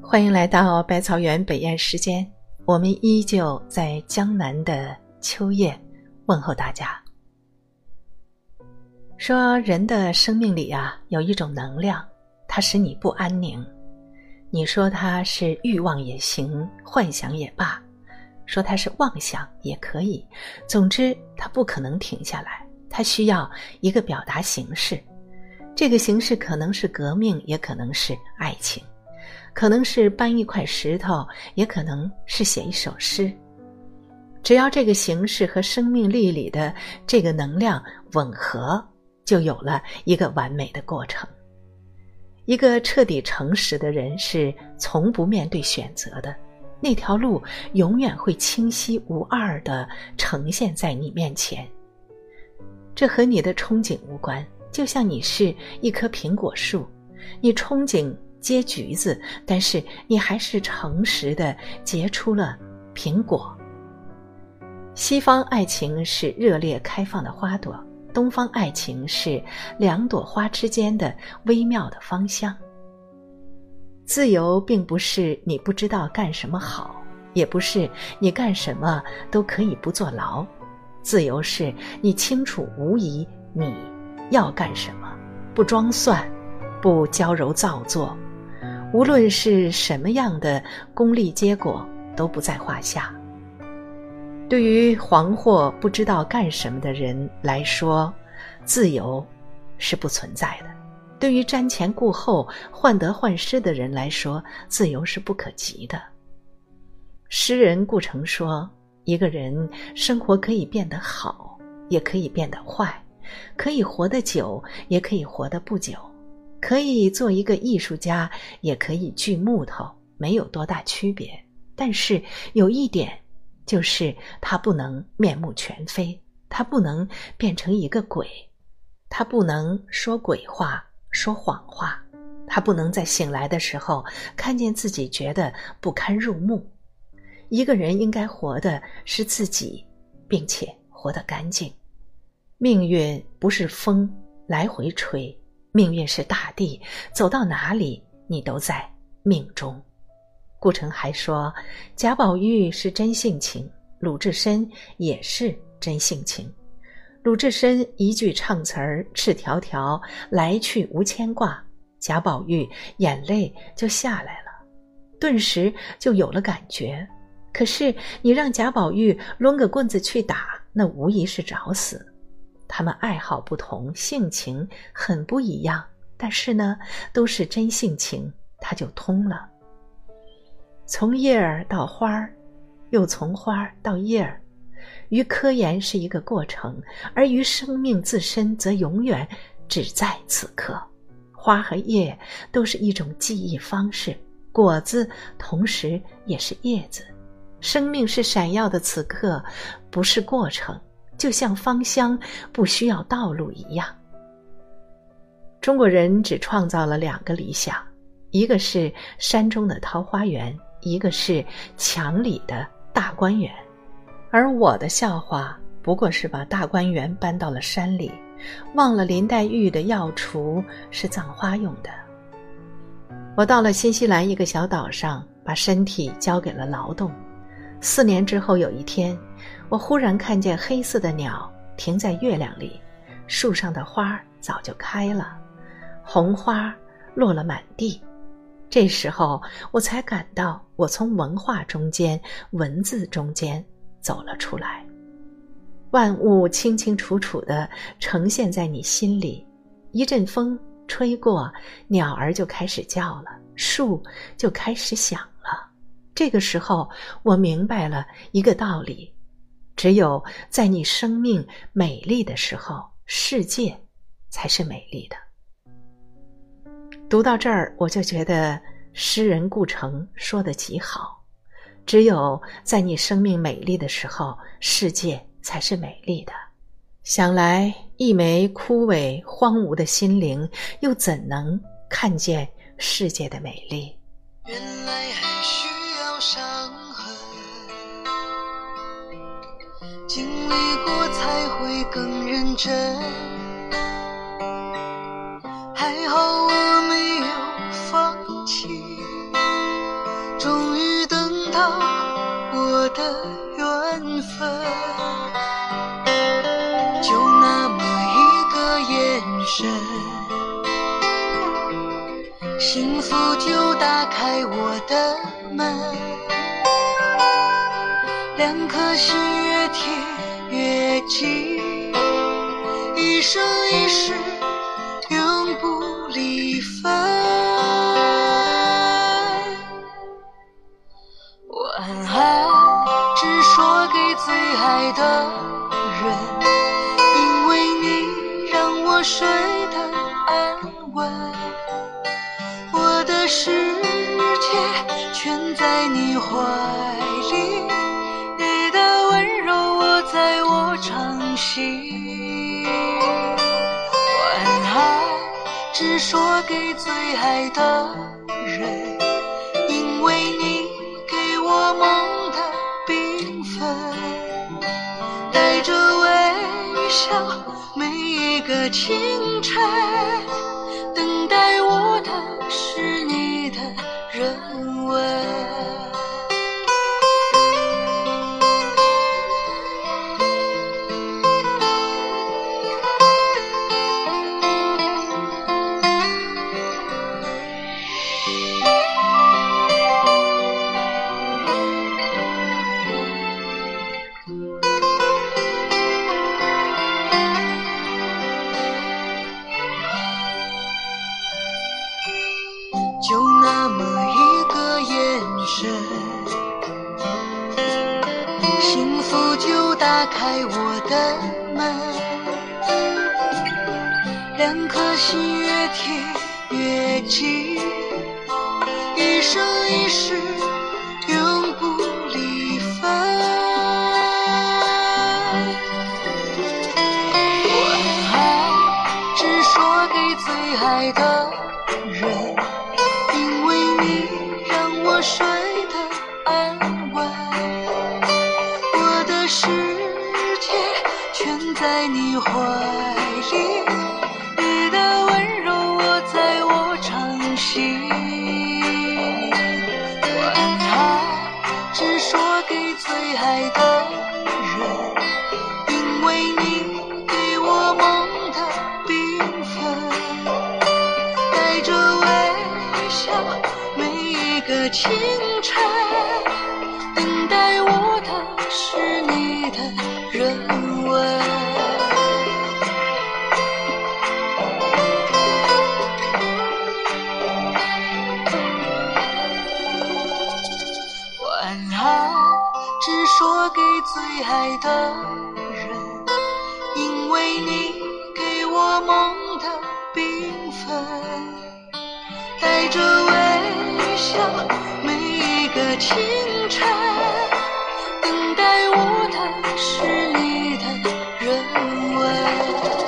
欢迎来到百草园北燕时间，我们依旧在江南的秋夜问候大家。说人的生命里有一种能量，它使你不安宁。你说它是欲望也行，幻想也罢，说它是妄想也可以，总之它不可能停下来，它需要一个表达形式。这个形式可能是革命，也可能是爱情，可能是搬一块石头，也可能是写一首诗。只要这个形式和生命力里的这个能量吻合，就有了一个完美的过程。一个彻底诚实的人是从不面对选择的，那条路永远会清晰无二地呈现在你面前。这和你的憧憬无关，就像你是一棵苹果树，你憧憬结橘子，但是你还是诚实地结出了苹果。西方爱情是热烈开放的花朵，东方爱情是两朵花之间的微妙的芳香。自由并不是你不知道干什么好，也不是你干什么都可以不坐牢。自由是你清楚无疑你要干什么，不装蒜，不娇柔造作，无论是什么样的功利结果都不在话下。对于惶惑不知道干什么的人来说，自由是不存在的；对于瞻前顾后患得患失的人来说，自由是不可及的。诗人顾城说，一个人生活可以变得好，也可以变得坏，可以活得久，也可以活得不久，可以做一个艺术家，也可以锯木头，没有多大区别。但是有一点，就是他不能面目全非，他不能变成一个鬼，他不能说鬼话，说谎话，他不能在醒来的时候看见自己觉得不堪入目。一个人应该活的是自己，并且活得干净。命运不是风来回吹，命运是大地，走到哪里你都在命中。顾城还说，贾宝玉是真性情，鲁智深也是真性情。鲁智深一句唱词儿赤条条，来去无牵挂，贾宝玉眼泪就下来了，顿时就有了感觉。可是你让贾宝玉抡个棍子去打，那无疑是找死。他们爱好不同，性情很不一样，但是呢，都是真性情，他就通了。从叶儿到花儿，又从花儿到叶儿，于科研是一个过程，而于生命自身则永远只在此刻。花和叶都是一种记忆方式，果子同时也是叶子。生命是闪耀的此刻，不是过程，就像芳香不需要道路一样。中国人只创造了两个理想，一个是山中的桃花源，一个是墙里的大观园。而我的笑话不过是把大观园搬到了山里，忘了林黛玉的药橱是葬花用的。我到了新西兰一个小岛上，把身体交给了劳动。4年之后有一天，我忽然看见黑色的鸟停在月亮里，树上的花早就开了，红花落了满地。这时候我才感到我从文化中间，文字中间走了出来。万物清清楚楚地呈现在你心里，一阵风吹过，鸟儿就开始叫了，树就开始响了。这个时候我明白了一个道理，只有在你生命美丽的时候，世界才是美丽的。读到这儿，我就觉得诗人顾城说得极好，只有在你生命美丽的时候，世界才是美丽的。想来一枚枯萎荒芜的心灵，又怎能看见世界的美丽？ 原来还需要伤痕，经历过才会更认真。还好我没有放弃， 神，幸福就打开我的门，两颗心越贴越近，一生一世永不离分。晚安只说给最爱的人，因为你让我睡得安稳，我的世界全在你怀里，你的温柔握在我掌心。晚安只说给最爱的人，因为你给我梦的缤纷，带着微笑每一个清晨，等待我的是你的人吻。就那么一个眼神，幸福就打开我的门，两颗心越贴越近，一生一世永不离分。晚安只说给最爱的人，因为你让我睡得安稳，我的世界全在你怀里，你的温柔握在我掌心。晚安只说给最爱的人，因为你给我梦的缤纷，带着微笑每一个清晨，等待我的是你的人吻。晚安只说给最爱的人，因为你给我梦的缤纷，带着微笑每一个清晨，等待我的是你的人吻。